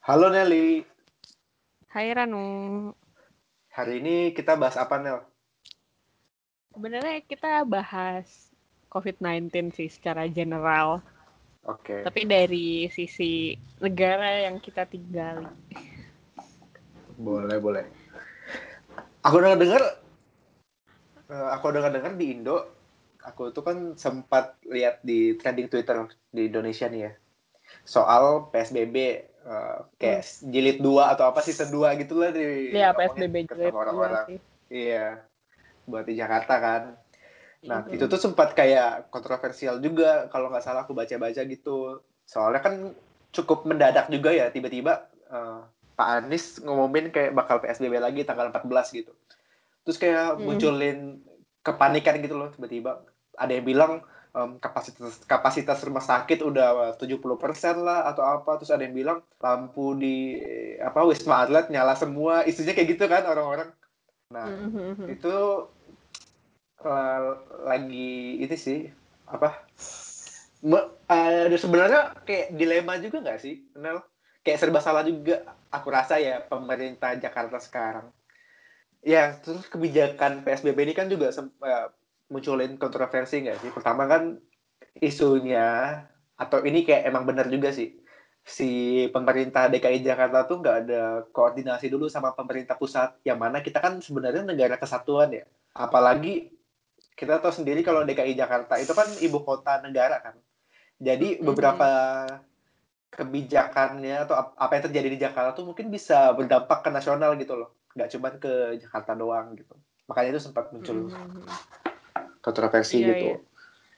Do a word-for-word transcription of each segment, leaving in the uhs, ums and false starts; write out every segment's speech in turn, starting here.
Halo Nelly, Hai Ranu, hari ini kita bahas apa Nel? sebenarnya kita bahas covid sembilan belas sih secara general, Oke, tapi dari sisi negara yang kita tinggali. boleh boleh. Aku dengar dengar, aku dengar dengar di Indo, aku tuh kan sempat lihat di trending Twitter di Indonesia nih ya, soal P S B B eh, Hmm. kayak jilid dua atau apa season dua gitulah Ya, diomongin P S B B ke jilid sama dua orang-orang. sih. Iya, buat di Jakarta kan. Nah, itu Mhm. tuh sempat kayak kontroversial juga kalau nggak salah aku baca-baca gitu. Soalnya kan cukup mendadak juga ya, tiba-tiba eh, Pak Anies ngumumin kayak bakal P S B B lagi tanggal empat belas gitu. Terus kayak Mhm. munculin kepanikan gitu loh tiba-tiba. Ada yang bilang em, kapasitas kapasitas rumah sakit udah tujuh puluh persen lah atau apa. Terus ada yang bilang lampu di eh, apa Wisma Atlet nyala semua. Isunya kayak gitu kan orang-orang. Nah, Mhm. itu eh, lagi itu sih apa Me- eh, sebenarnya kayak dilema juga nggak sih, Nel? Kayak serba salah juga aku rasa ya pemerintah Jakarta sekarang. Ya, terus kebijakan P S B B ini kan juga sem- eh, munculin kontroversi nggak sih? Pertama kan isunya, atau ini kayak emang benar juga sih, si pemerintah D K I Jakarta tuh nggak ada koordinasi dulu sama pemerintah pusat, yang mana kita kan sebenarnya negara kesatuan ya. Apalagi kita tahu sendiri kalau D K I Jakarta itu kan ibu kota negara kan. Jadi beberapa Mhm. kebijakannya atau apa yang terjadi di Jakarta tuh mungkin bisa berdampak ke nasional gitu loh. Nggak cuma ke Jakarta doang gitu. Makanya itu sempat muncul Mhm. kontroversi Iya, iya. gitu.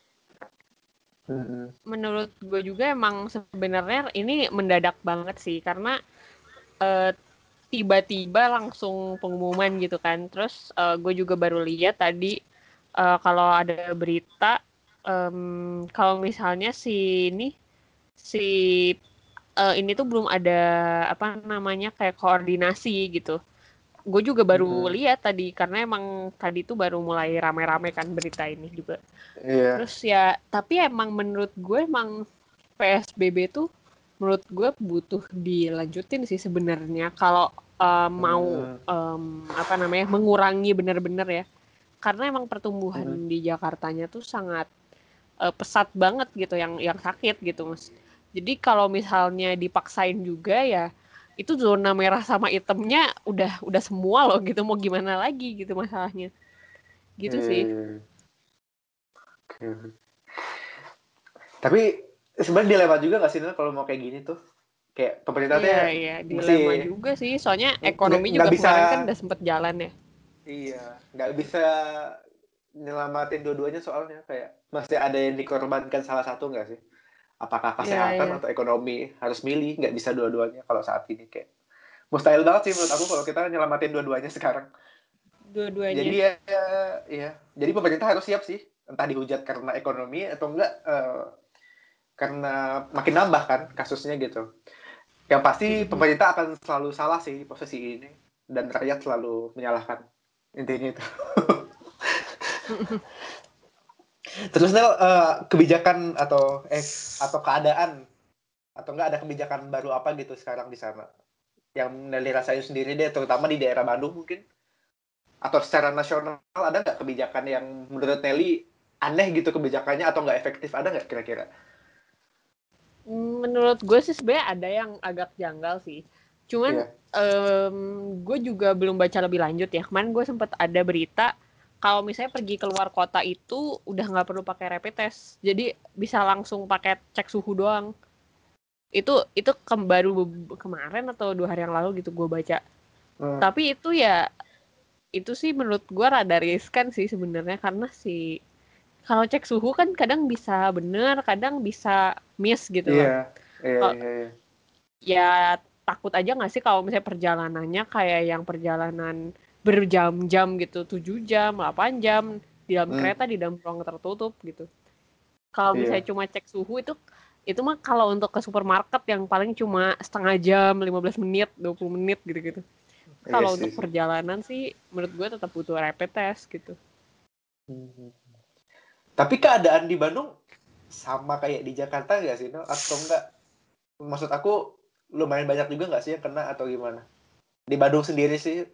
Mm-mm. Menurut gue juga emang sebenarnya ini mendadak banget sih, karena eh, tiba-tiba langsung pengumuman gitu kan. Terus eh, gue juga baru lihat tadi eh, kalau ada berita em, kalau misalnya si ini si eh, ini tuh belum ada apa namanya kayak koordinasi gitu. Gue juga baru Mm-mm. lihat tadi karena emang tadi tuh baru mulai rame-rame kan berita ini juga. Iya. Terus ya tapi emang menurut gue emang P S B B tuh menurut gue butuh dilanjutin sih sebenarnya kalau eh, mau Mm. em, apa namanya mengurangi benar-benar ya, karena emang Mm-mm. pertumbuhan di Jakartanya tuh sangat eh, pesat banget gitu yang yang sakit gitu mas. Jadi kalau misalnya dipaksain juga ya itu zona merah sama hitamnya udah udah semua loh gitu, mau gimana lagi gitu masalahnya gitu sih. Iya. Oke. Tapi sebenarnya dilema juga nggak sih Nel, kalau mau kayak gini tuh? Kayak pemerintah Iya tuh iya mesti dilema juga sih, soalnya nggak ekonomi nggak juga bisa. kemarin kan udah sempet jalan ya. Iya, nggak bisa nyelamatin dua-duanya soalnya kayak masih ada yang dikorbankan salah satu nggak sih? Apakah Iya kesehatan iya atau ekonomi? Harus milih, nggak bisa dua-duanya kalau saat ini kayak mustahil banget sih menurut aku kalau kita nyelamatin dua-duanya sekarang. Jadi dua-duanya. ya, ya, jadi pemerintah harus siap sih, entah dihujat karena ekonomi atau enggak eh, karena makin nambah kan kasusnya gitu. Yang pasti Mhm. pemerintah akan selalu salah sih di posisi ini dan rakyat selalu menyalahkan, intinya itu. Terus Nel, eh, kebijakan atau eh atau keadaan atau enggak ada kebijakan baru apa gitu sekarang di sana yang Nelly rasain sendiri deh, terutama di daerah Bandung mungkin, atau secara nasional ada nggak kebijakan yang menurut Nelly aneh gitu kebijakannya atau nggak efektif, ada nggak kira-kira? Menurut gue sih sebenarnya ada yang agak janggal sih. Cuman Iya. em, gue juga belum baca lebih lanjut ya. Kemarin gue sempat ada berita kalau misalnya pergi keluar kota itu udah nggak perlu pakai rapid test. Jadi bisa langsung pakai cek suhu doang. Itu itu ke- baru be- kemarin atau dua hari yang lalu gitu gue baca. Hmm. Tapi itu ya itu sih menurut gue rada riskan sih sebenarnya, karena si kalau cek suhu kan kadang bisa bener, kadang bisa miss gitu Iya. loh. Iya, Kalau iya, iya. ya takut aja nggak sih kalau misalnya perjalanannya kayak yang perjalanan berjam-jam gitu, tujuh jam, delapan jam, di dalam Hmm. kereta, di dalam ruang tertutup gitu. Kalau misalnya Iya. cuma cek suhu itu, itu mah kalau untuk ke supermarket yang paling cuma setengah jam, lima belas menit, dua puluh menit gitu-gitu. Iya Kalau sih untuk sih. perjalanan sih, menurut gue tetap butuh rapid test gitu. Hmm. Tapi keadaan di Bandung sama kayak di Jakarta nggak sih, no? Atau enggak? Maksud aku lumayan banyak juga nggak sih yang kena atau gimana? Di Bandung sendiri sih.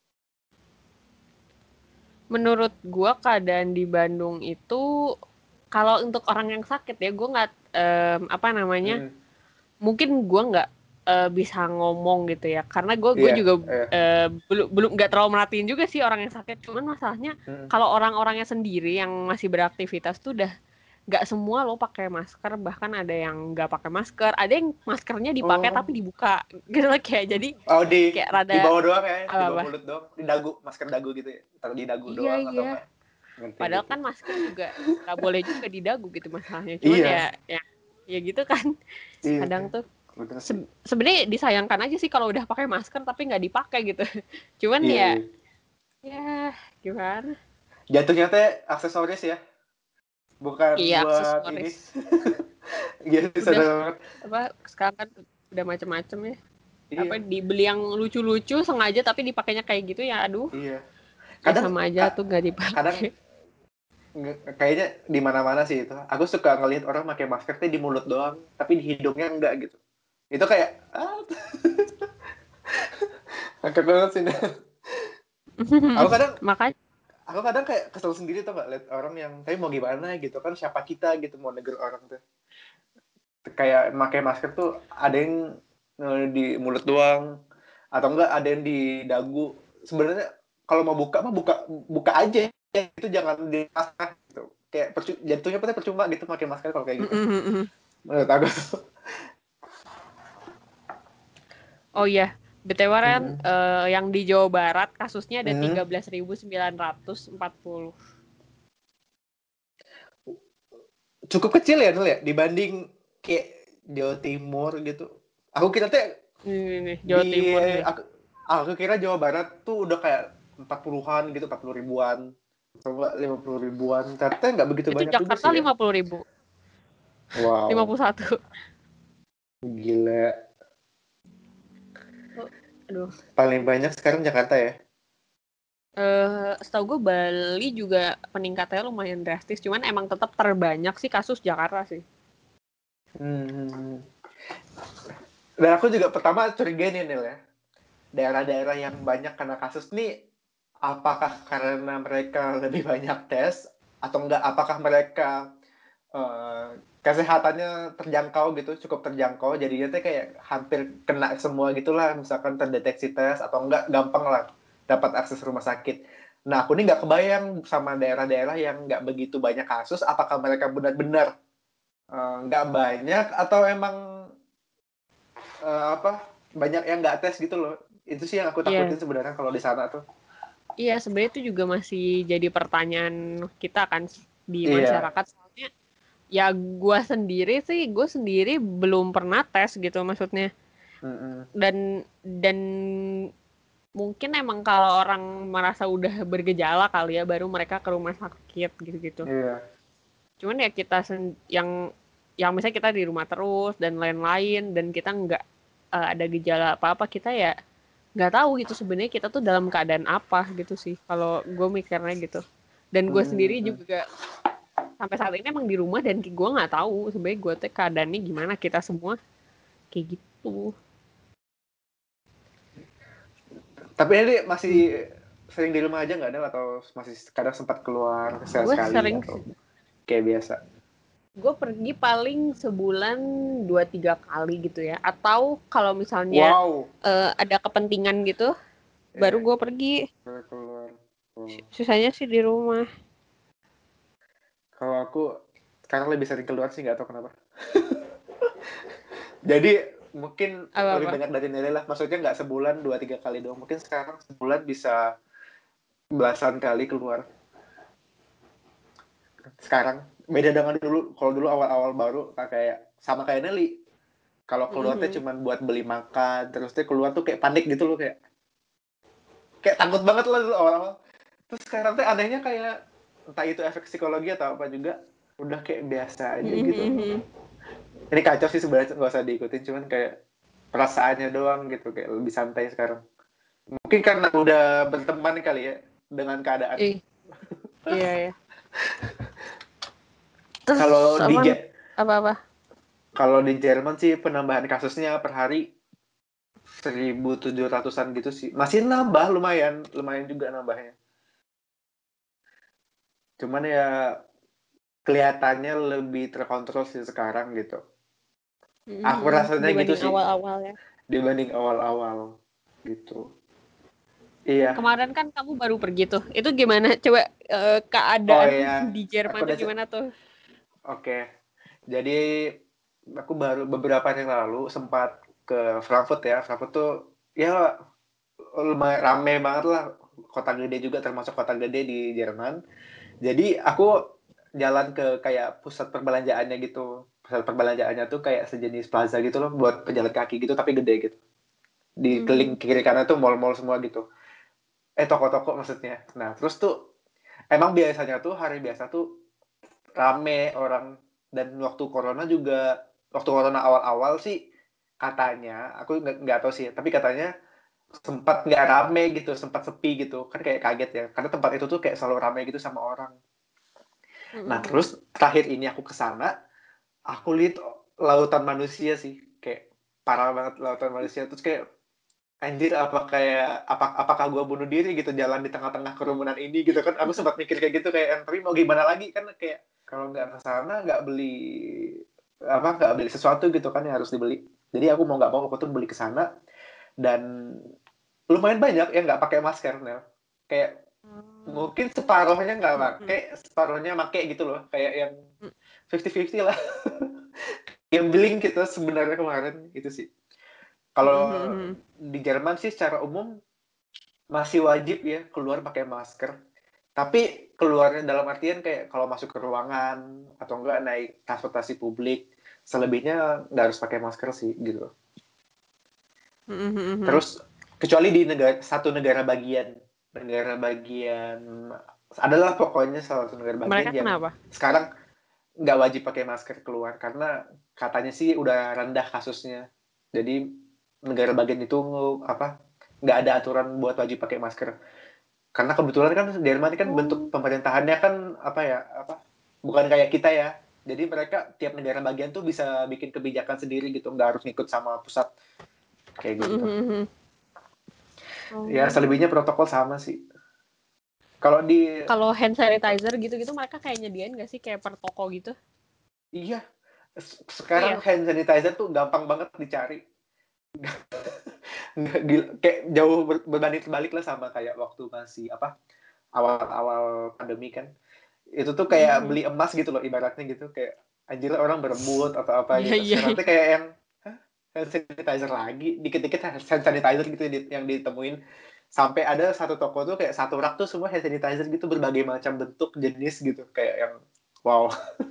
Menurut gua keadaan di Bandung itu kalau untuk orang yang sakit ya gue nggak um, apa namanya Hmm. mungkin gua nggak uh, bisa ngomong gitu ya karena gue gue Iya, juga iya. uh, belum belum nggak terlalu merhatiin juga sih orang yang sakit cuman masalahnya Hmm. kalau orang-orangnya sendiri yang masih beraktivitas tuh udah nggak semua lo pakai masker bahkan ada yang nggak pakai masker ada yang maskernya dipakai Oh. tapi dibuka gitu loh kayak jadi Oh di kayak di rada bawah doang ya, di apa bawah apa mulut doang, di dagu, masker dagu gitu ya. Taruh di dagu iya doang atau iya enggak? Ngerti padahal ngerti. kan masker juga nggak boleh juga di dagu gitu masalahnya cuman ya Iya, ya ya gitu kan iya. kadang tuh Bener sih. se- sebenarnya disayangkan aja sih kalau udah pakai masker tapi nggak dipakai gitu cuman Iya, ya iya. ya gimana Jatuhnya teh aksesoris ya, bukan iya buat aksesoris ini. Iya, udah sadar banget. apa sekarang kan udah macem-macem ya apa Iya, dibeli yang lucu-lucu sengaja tapi dipakainya kayak gitu ya aduh iya. ya Kadang sama aja ka- tuh gak kadang dipakai nge- kayaknya di mana-mana sih itu. Aku suka ngelihat orang pakai masker teh di mulut doang, tapi di hidungnya enggak gitu. Itu kayak ah, ngakak banget sih. Aku kadang makanya aku kadang kayak kesel sendiri tuh nggak lihat orang yang tapi mau gimana gitu kan siapa kita gitu mau negur orang tuh kayak pakai masker tuh ada yang eh, di mulut doang atau enggak ada yang di dagu sebenarnya kalau mau buka mah buka buka aja itu jangan di masker gitu kayak percu- jatuhnya pasti percuma gitu pakai masker kalau kayak gitu menurut aku. oh iya B T W kan Hmm. eh, yang di Jawa Barat kasusnya ada Hmm. tiga belas ribu sembilan ratus empat puluh Cukup kecil ya Nul ya dibanding kayak Jawa Timur gitu aku kira teh ini nih Jawa di Timur nih aku, aku kira Jawa Barat tuh udah kayak empat puluhan gitu, empat puluh ribuan coba lima puluh ribuan ternyata nggak begitu itu banyak juga Jakarta sih ya. lima puluh ribu lima Wow, puluh satu gila. aduh Paling banyak sekarang Jakarta ya. eh setahu gue Bali juga peningkatannya lumayan drastis cuman emang tetap terbanyak sih kasus Jakarta sih Hmm. Dan aku juga pertama curiga nih Nil ya daerah-daerah yang banyak kena kasus nih apakah karena mereka lebih banyak tes atau enggak apakah mereka uh, kesehatannya terjangkau gitu cukup terjangkau jadinya tuh kayak hampir kena semua gitulah misalkan terdeteksi tes atau enggak gampang lah dapat akses rumah sakit. Nah aku nih nggak kebayang sama daerah-daerah yang nggak begitu banyak kasus apakah mereka benar-benar uh, nggak banyak atau emang uh, apa banyak yang nggak tes gitu loh itu sih yang aku iya takutin sebenarnya kalau di sana tuh. iya sebenarnya itu juga masih jadi pertanyaan kita kan di Iya. masyarakat soalnya ya gue sendiri sih gue sendiri belum pernah tes gitu maksudnya Mm-mm. dan dan mungkin emang kalau orang merasa udah bergejala kali ya baru mereka ke rumah sakit gitu-gitu Iya. cuman ya kita sen- yang yang misalnya kita di rumah terus dan lain-lain dan kita nggak uh, ada gejala apa-apa kita ya nggak tahu gitu sebenarnya kita tuh dalam keadaan apa gitu sih kalau gue mikirnya gitu dan gue sendiri Mm-mm. juga sampai saat ini emang di rumah dan gue nggak tahu sebenarnya gue tuh keadaannya gimana kita semua kayak gitu. Tapi ini masih sering di rumah aja nggak ada atau masih kadang sempat keluar Gue sekali sering, atau kayak biasa? gue pergi paling sebulan dua tiga kali gitu ya. Atau kalau misalnya Wow. uh, ada kepentingan gitu, baru Eh, gue pergi. keluar. Oh. Sisanya sih di rumah. Kalau aku sekarang lebih sering keluar sih nggak tahu kenapa. Jadi mungkin lebih Apa-apa. banyak dari nilai lah. Maksudnya nggak sebulan dua tiga kali doang. Mungkin sekarang sebulan bisa belasan kali keluar. Sekarang beda dengan dulu. Kalau dulu awal-awal baru kayak sama kayak Nelly. Kalau keluar tuh Mm-hmm. cuma buat beli makan, terus tuh keluar tuh kayak panik gitu loh kayak kayak takut banget lah dulu awal-awal. Terus sekarang tuh anehnya kayak entah itu efek psikologi atau apa juga udah kayak biasa aja gitu. Mm-hmm. Ini kacau sih sebenarnya nggak usah diikutin cuman kayak perasaannya doang gitu kayak lebih santai sekarang. Mungkin karena udah berteman kali ya dengan keadaan. Ih, iya ya. Terus Kalau di apa? Apa-apa? kalau di Jerman sih penambahan kasusnya per hari seribu tujuh ratusan gitu sih. Masih nambah lumayan, lumayan juga nambahnya. Cuman ya kelihatannya lebih terkontrol sih sekarang gitu. Aku Mm-hmm. rasanya gitu Dibanding sih awal-awal ya. dibanding awal-awal gitu. Iya. Kemarin kan kamu baru pergi tuh. Itu gimana? Coba uh, Oh keadaan iya, di aku Jerman tuh udah. gimana tuh? Oke. Jadi aku baru beberapa hari yang lalu sempat ke Frankfurt ya. Frankfurt tuh ya lumayan rame banget lah. Kota gede juga termasuk kota gede di Jerman. Jadi aku jalan ke kayak pusat perbelanjaannya gitu. Pusat perbelanjaannya tuh kayak sejenis plaza gitu loh buat pejalan kaki gitu tapi gede gitu. Di Mm-hmm. keliling kiri kanan tuh mall-mall semua gitu. Eh toko-toko maksudnya. Nah terus tuh emang biasanya tuh hari biasa tuh rame orang, dan waktu corona juga, waktu corona awal-awal sih katanya, aku nggak nggak tahu sih, tapi katanya sempat nggak rame gitu, sempat sepi gitu, kan kayak kaget ya, karena tempat itu tuh kayak selalu rame gitu sama orang. Nah Mm-hmm. terus terakhir ini aku kesana, aku lihat lautan manusia sih, kayak parah banget lautan manusia, terus kayak anjir apa kayak apa apakah gue bunuh diri gitu jalan di tengah-tengah kerumunan ini gitu kan, aku sempat mikir kayak gitu kayak tapi mau gimana lagi kan, kayak kalau nggak ke sana nggak beli apa nggak beli sesuatu gitu kan yang harus dibeli, jadi aku mau nggak mau aku tuh beli ke sana, dan lumayan banyak yang nggak pakai masker Nel, kayak mungkin separuhnya nggak pakai, separuhnya pakai gitu loh, kayak yang fifty fifty lah. Gambling kita sebenarnya kemarin itu sih. Kalau Mm-hmm. di Jerman sih secara umum masih wajib ya keluar pakai masker. Tapi keluarnya dalam artian kayak kalau masuk ke ruangan atau enggak naik transportasi publik, selebihnya nggak harus pakai masker sih gitu. Mm-hmm. Terus kecuali di negara satu negara bagian, negara bagian adalah pokoknya salah satu negara bagian Mereka yang kenapa? sekarang nggak wajib pakai masker keluar karena katanya sih udah rendah kasusnya. Jadi negara bagian itu apa nggak ada aturan buat wajib pakai masker. Karena kebetulan kan Jerman kan bentuk Oh. pemerintahannya kan apa ya apa bukan kayak kita ya. Jadi mereka tiap negara bagian tuh bisa bikin kebijakan sendiri gitu, nggak harus ngikut sama pusat kayak gitu. Mm-hmm. Ya selebihnya Oh. protokol sama sih. Kalau di Kalau hand sanitizer gitu-gitu mereka kayak nyediain nggak sih kayak per toko gitu? iya Oh sekarang iya. hand sanitizer tuh gampang banget dicari. Nggak, gila, kayak jauh ber- berbanding terbalik lah sama kayak waktu masih apa awal-awal pandemi kan, itu tuh kayak Mm-hmm. beli emas gitu loh ibaratnya gitu, kayak anjir orang berebut atau apa Iya gitu, iya. sekarang tuh kayak yang hah, hand sanitizer lagi dikit-dikit hand sanitizer gitu yang ditemuin, sampai ada satu toko tuh kayak satu rak tuh semua hand sanitizer gitu berbagai macam bentuk jenis gitu, kayak yang wow.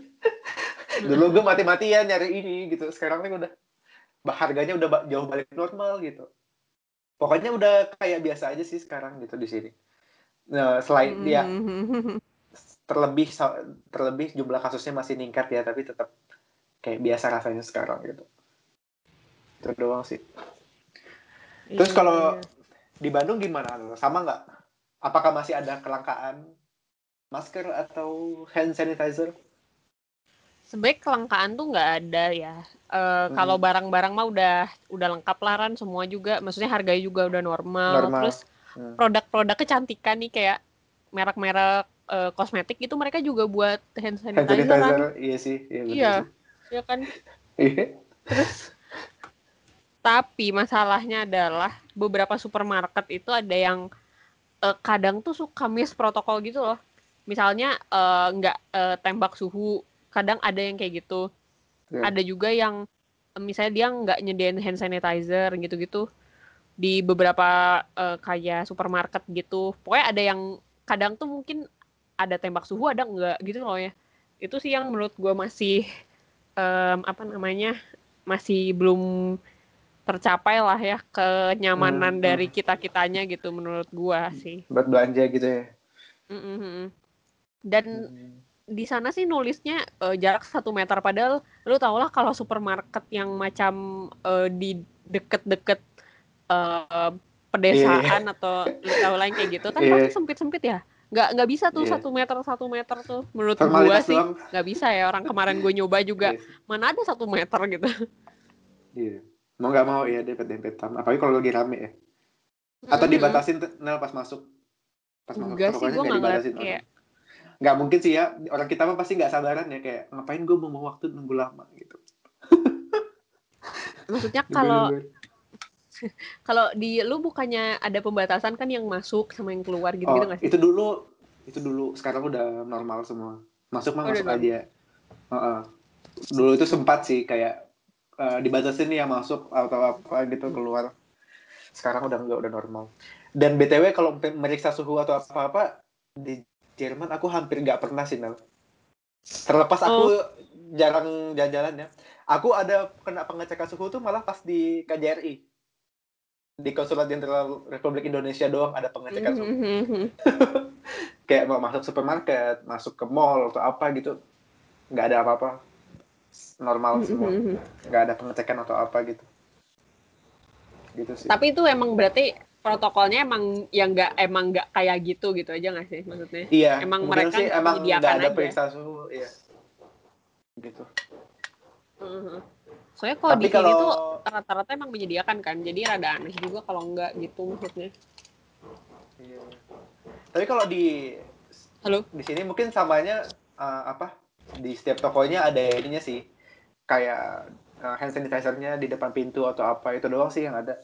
Dulu gue mati-matian nyari ini gitu, sekarang nih udah harganya udah jauh balik normal gitu. Pokoknya udah kayak biasa aja sih sekarang gitu di sini. Nah, selain dia Mm-hmm. terlebih terlebih jumlah kasusnya masih meningkat ya, tapi tetap kayak biasa rasanya sekarang gitu. Itu doang sih. Terus Iya kalau iya. di Bandung gimana? Sama nggak? Apakah masih ada kelangkaan masker atau hand sanitizer? Sebenarnya kelangkaan tuh nggak ada ya. Eh, kalau Hmm, barang-barang mah udah udah lengkap lah Ran, semua juga. Maksudnya harganya juga udah normal. normal. Terus Hmm. produk-produk kecantikan nih kayak merek-merek eh, kosmetik itu mereka juga buat hand Hand sanitizer sanitizer, Ran. iya sih, iya bener Iya, sih. ya kan. Iya. Terus tapi masalahnya adalah beberapa supermarket itu ada yang eh, kadang tuh suka miss protokol gitu loh. Misalnya eh, nggak eh, tembak suhu, kadang ada yang kayak gitu. Ya. Ada juga yang eh, misalnya dia nggak nyediain hand sanitizer gitu-gitu di beberapa eh, kayak supermarket gitu. Pokoknya ada yang kadang tuh mungkin ada tembak suhu, ada nggak gitu loh ya. Itu sih yang menurut gue masih em, apa namanya masih belum tercapai lah ya kenyamanan Hmm, dari hmm. kita kitanya gitu menurut gue sih. Buat belanja gitu ya. Mm-mm. Dan Hmm. di sana sih nulisnya eh, jarak satu meter padahal lu tau lah kalau supermarket yang macam eh, di deket-deket eh, Iya, iya. pedesaan atau lu tahu lain kayak gitu kan pasti Iya, sempit-sempit ya nggak nggak bisa tuh iya. satu meter satu meter tuh menurut gua Formalitas sih doang. nggak bisa ya orang kemarin gue nyoba juga Iya sih. mana ada satu meter gitu. Iya. Mau nggak mau ya dempet-dempetan. Apalagi kalau lagi rame ya. Atau Mm-mm. dibatasin tuh, Nel pas masuk. Pas masuk Enggak sih, tokonya gue nggak nggak ngeliat dibatasin orang. kayak, Nggak mungkin sih ya. Orang kita mah pasti nggak sabaran ya. Kayak ngapain gue mau waktu nunggu lama gitu. maksudnya kalau Nunggu-nunggu. kalau di lu bukannya ada pembatasan kan yang masuk sama yang keluar gitu-gitu Oh, nggak sih? itu dulu. Itu dulu. Sekarang udah normal semua. Masuk mah Oh, udah masuk normal. aja. Heeh. Dulu itu sempat sih kayak uh, dibatasin nih yang masuk atau apa gitu keluar. Sekarang udah enggak, udah normal. Dan B T W kalau meriksa suhu atau apa-apa di Jerman aku hampir nggak pernah sih, Nel. Terlepas Oh, aku jarang jalan-jalan ya. Aku ada kena pengecekan suhu tuh malah pas di K J R I. Di Konsulat Jenderal Republik Indonesia doang ada pengecekan suhu. Kayak mau masuk supermarket, masuk ke mall atau apa gitu, nggak ada apa-apa. Normal semua. Nggak ada pengecekan atau apa gitu. Gitu sih. tapi itu emang berarti protokolnya emang yang nggak emang nggak kayak gitu gitu aja nggak sih maksudnya? Iya, Emang kemungkinan mereka sih nggak emang nggak menyediakan ada aja. periksa suhu, iya. Gitu. Mhm. Soalnya kalau Tapi di sini kalau tuh rata-rata emang menyediakan kan, jadi rada aneh juga kalau nggak gitu maksudnya. iya. Tapi kalau di Halo? di sini mungkin samanya uh, apa? Di setiap tokonya ada ininya sih. Kayak uh, hand sanitizer-nya di depan pintu atau apa, itu doang sih yang ada.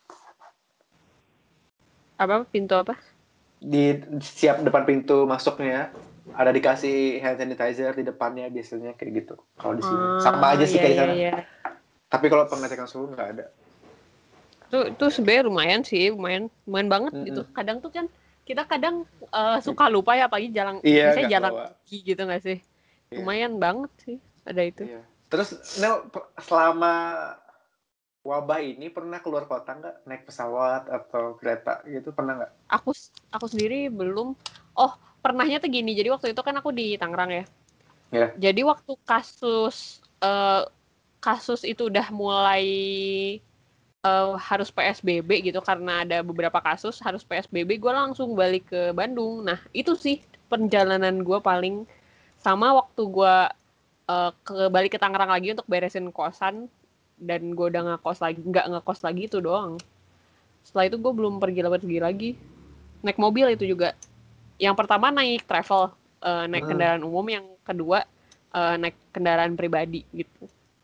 Apa pintu apa? Di siap depan pintu masuknya ada dikasih hand sanitizer di depannya biasanya kayak gitu. Kalau di sini sama Ah, aja sih ya kayak di ya sana. ya. Tapi kalau pengecekan suhu nggak ada. Itu itu sebenarnya lumayan sih, lumayan lumayan banget gitu. Mm-mm. Kadang tuh kan kita kadang uh, suka lupa ya apalagi jalan Iya, misalnya nggak jalan bawa. kaki gitu nggak sih? Iya, Lumayan banget sih ada itu. iya. Terus Nel selama wabah ini pernah keluar kota nggak? Naik pesawat atau kereta gitu pernah nggak? Aku aku sendiri belum. Oh, pernahnya tuh gini. Jadi waktu itu kan aku di Tangerang ya. Ya. Jadi waktu kasus uh, kasus itu udah mulai uh, harus P S B B gitu karena ada beberapa kasus harus P S B B, gue langsung balik ke Bandung. Nah itu sih perjalanan gue paling sama waktu gue uh, ke balik ke Tangerang lagi untuk beresin kosan dan gue udah ngekos lagi nggak ngekos lagi itu doang. Setelah itu gue belum pergi pergi lagi. Naik mobil itu juga. Yang pertama naik travel, uh, naik Hmm. kendaraan umum, yang kedua uh, naik kendaraan pribadi gitu.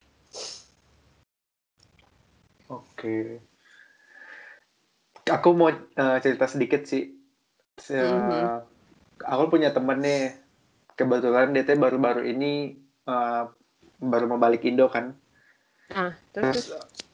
Oke. Aku mau uh, cerita sedikit sih. Mm-hmm. Uh, aku punya temen nih. Kebetulan dia tuh baru-baru ini uh, baru mau balik Indo kan. Nah, terus Terus, terus.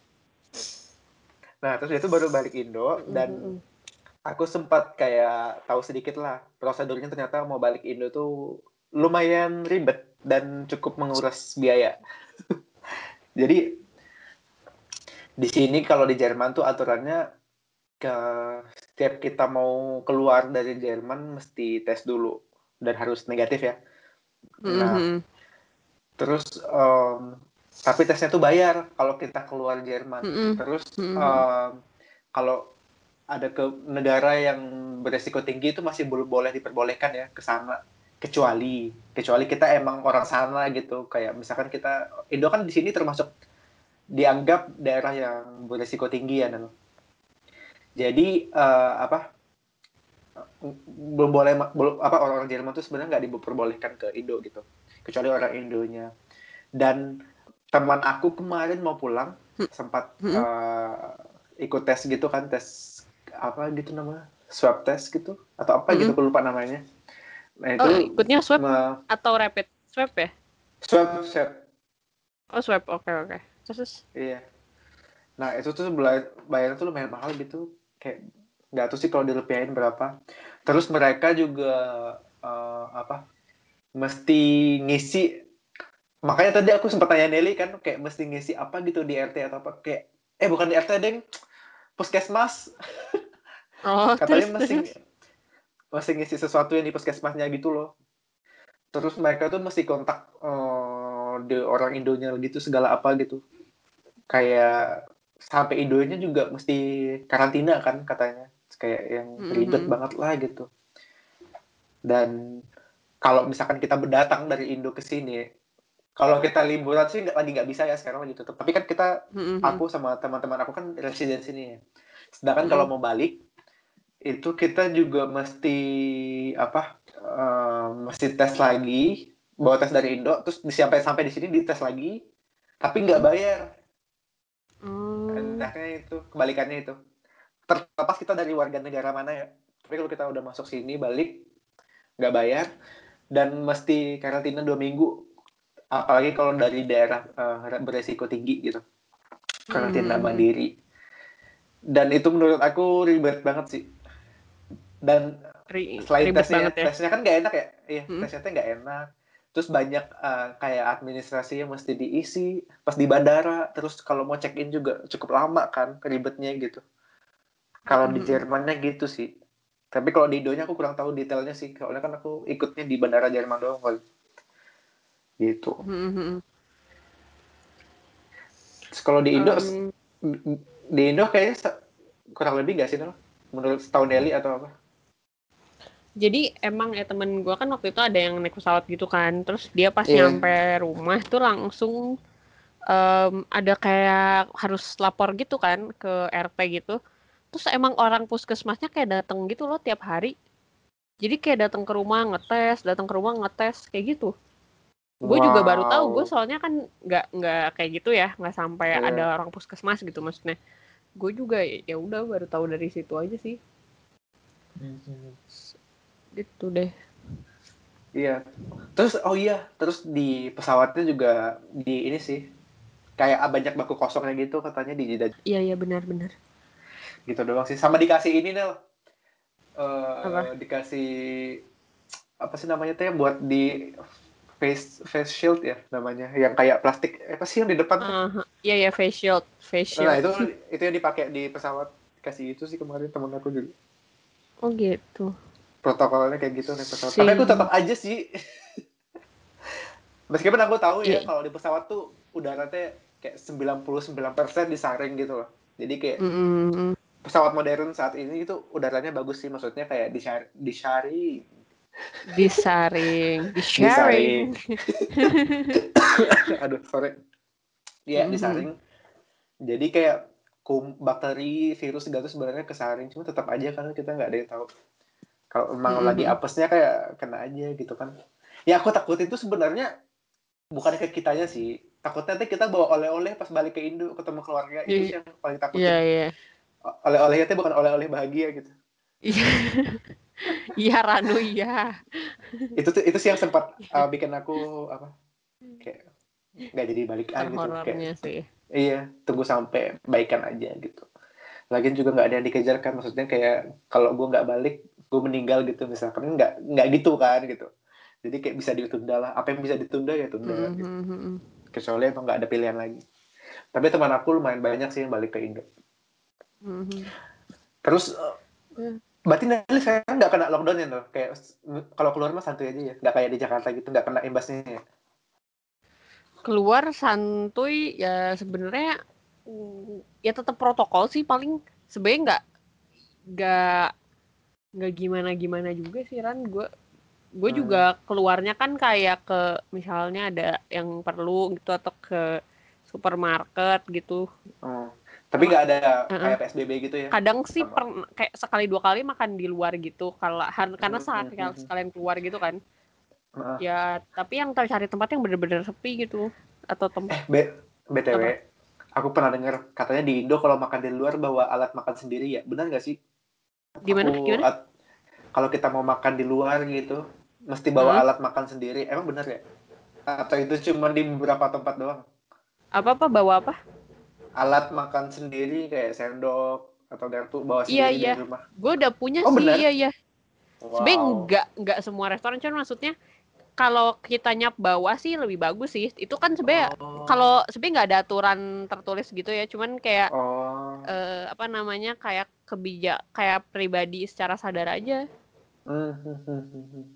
nah terus dia tuh baru balik Indo dan Mm-hmm. aku sempat kayak tahu sedikit lah prosedurnya ternyata mau balik Indo tuh lumayan ribet dan cukup menguras biaya. Jadi di sini kalau di Jerman tuh aturannya ke setiap kita mau keluar dari Jerman mesti tes dulu dan harus negatif ya. Nah, Mm-hmm. terus um, tapi tesnya tuh bayar kalau kita keluar Jerman. Mm-hmm. Terus Mm-hmm. um, kalau ada ke negara yang beresiko tinggi itu masih belum boleh diperbolehkan ya ke sana, kecuali kecuali kita emang orang sana gitu, kayak misalkan kita Indo kan di sini termasuk dianggap daerah yang beresiko tinggi ya, Nel. Jadi uh, apa belum boleh belum apa orang-orang Jerman tuh sebenarnya nggak diperbolehkan ke Indo gitu, kecuali orang Indonya. Dan teman aku kemarin mau pulang sempat Mm-hmm. uh, ikut tes gitu kan, tes apa gitu namanya, swab test gitu atau apa gitu, Mm-hmm. aku lupa namanya. Nah Oh, itu ikutnya swab me, atau rapid swab ya? swab swab Oh, swab. Oke, okay, oke. Okay. Terus, terus. iya. Nah itu tuh bayarnya tuh lumayan mahal gitu, kayak nggak tahu sih kalau dirupiahin berapa. Terus mereka juga uh, apa mesti ngisi, makanya tadi aku sempat tanya Nelly kan kayak mesti ngisi apa gitu di R T atau apa, kayak eh bukan di R T deng, puskesmas. Oh, Katanya terus, mesti terus. mesti ngisi sesuatu yang di puskesmasnya gitu loh. Terus mereka tuh mesti kontak uh, the orang Indonya gitu segala apa gitu, kayak sampai Indonya juga mesti karantina kan katanya, kayak yang ribet Mm-hmm. banget lah gitu. Dan kalau misalkan kita berdatang dari Indo ke sini, kalau kita liburan sih nggak lagi nggak bisa ya sekarang lagi tutup. Tapi kan kita, Mm-mm. aku sama teman-teman aku kan resident sini ya. Sedangkan kalau Mm-mm. mau balik itu kita juga mesti apa? eh, mesti tes lagi, bawa tes dari Indo, terus sampai sampai di sini dites lagi, tapi nggak Mm-mm. bayar. Hmm. Enaknya itu, kebalikannya itu. Terlepas kita dari warga negara mana ya. Tapi kalau kita udah masuk sini balik nggak bayar dan mesti karantina dua minggu. Apalagi kalau dari daerah eh, beresiko tinggi gitu, karantina Mm-mm. mandiri. Dan itu menurut aku ribet banget sih. Dan Ri- selain ribet tesnya, banget ya. tesnya kan nggak enak ya, iya Mm-mm. tesnya tuh nggak enak. Terus banyak eh, kayak administrasi yang mesti diisi pas di bandara. Terus kalau mau check in juga cukup lama kan, ribetnya gitu. Kalau di Mm-mm. Jermannya gitu sih. Tapi kalau di Indonya aku kurang tahu detailnya sih. Soalnya kan aku ikutnya di bandara Jerman doang kali. Gitu. Mm-mm. Terus kalau di Indo, Em, di Indo kayaknya se- kurang lebih nggak sih, Nel? Menurut tahun Nelly atau apa? jadi emang ya temen gue kan waktu itu ada yang naik pesawat gitu kan, terus dia pas Iya. nyampe rumah tuh langsung em, ada kayak harus lapor gitu kan ke R T gitu. Terus emang orang puskesmasnya kayak dateng gitu loh tiap hari. Jadi kayak datang ke rumah ngetes, datang ke rumah ngetes kayak gitu. Gue juga baru tahu, gue Wow. soalnya kan nggak nggak kayak gitu ya, nggak sampai Iya. ada orang puskesmas gitu maksudnya. Gue juga ya udah baru tahu dari situ aja sih, gitu deh. Iya. Terus oh iya, terus di pesawatnya juga di ini sih kayak banyak bangku kosongnya gitu katanya di Jeddah Iya iya benar-benar. gitu doang sih. Sama dikasih ini Nel, Apa? eh dikasih apa sih namanya tuh yang buat di face face shield ya namanya, yang kayak plastik eh, apa sih yang di depan tuh? Uh, iya ya face shield, face Nah shield. itu itu yang dipakai di pesawat, kasih itu sih kemarin temen aku juga. Oh gitu. Protokolnya kayak gitu nih pesawat. Tapi aku tetap Sih. aja sih, meskipun aku tahu ya Iya. kalau di pesawat tuh udaranya kayak sembilan puluh sembilan persen disaring gitu loh. Jadi kayak Mm-mm. pesawat modern saat ini itu udaranya bagus sih, maksudnya kayak disari, disari, Disaring, di-sharing. disaring. Aduh, sorry. Iya, Mm-mm. disaring. Jadi kayak kum, bakteri, virus segala itu sebenarnya kesaring, cuma tetap aja kan kita nggak ada yang tahu. Kalau emang lagi Mm-mm. apesnya kayak kena aja gitu kan. Ya aku takut itu sebenarnya bukan ke kitanya sih. Takutnya nanti kita bawa oleh-oleh pas balik ke Indo ketemu keluarga, itu Iya sih yang paling iya. takutin. Iya. Oleh-olehnya itu bukan oleh-oleh bahagia gitu. Iya, iya Ranu iya. Itu tuh itu sih yang sempat uh, bikin aku apa kayak nggak jadi balik ah gitu, kayak Terhorornya sih. iya tunggu sampai baikan aja gitu. Lagian juga nggak ada yang dikejar kan, maksudnya kayak kalau gue nggak balik gue meninggal gitu misalkan, nggak nggak gitu kan gitu. Jadi kayak bisa ditunda lah, apa yang bisa ditunda ya tunda gitu, Mm-mm. kecuali emang nggak ada pilihan lagi. Tapi teman aku lumayan banyak sih yang balik ke Indo. Mm-mm. Terus uh, berarti nanti saya nggak kena lockdown ya tuh, kayak kalau keluar mah santuy aja ya, nggak kayak di Jakarta gitu nggak kena imbasnya ya. Keluar santuy ya sebenarnya, mm, ya tetap protokol sih paling sebenarnya nggak nggak nggak gimana gimana juga sih Ran. Gue gue Hmm. juga keluarnya kan kayak ke misalnya ada yang perlu gitu atau ke supermarket gitu. Oh. Tapi Sama nggak ada uh-uh. kayak P S B B gitu ya Kadang sih sama. per, kayak sekali dua kali makan di luar gitu kalau karena sekalian Hmm. sekalian keluar gitu kan. Nah. Ya tapi yang cari tempat yang bener-bener sepi gitu atau tem Eh, B, BTW, apa aku pernah dengar katanya di Indo kalau makan di luar bawa alat makan sendiri ya. Benar nggak sih? gimana Aku gimana at, kalau kita mau makan di luar gitu, mesti bawa hmm? alat makan sendiri. Emang benar ya? Atau itu cuma di beberapa tempat doang? Apa apa bawa apa? Alat makan sendiri kayak sendok atau garpu bawa Iya sendiri iya, dari rumah. gue udah punya Oh sih, iya benar? iya. Sebenarnya Wow. nggak nggak semua restoran, cuman maksudnya kalau kita nyap bawa sih lebih bagus sih. Itu kan sebenarnya kalau Oh. sebenarnya nggak ada aturan tertulis gitu ya, cuman kayak Oh. eh, apa namanya kayak kebijak kayak pribadi secara sadar aja Hmm.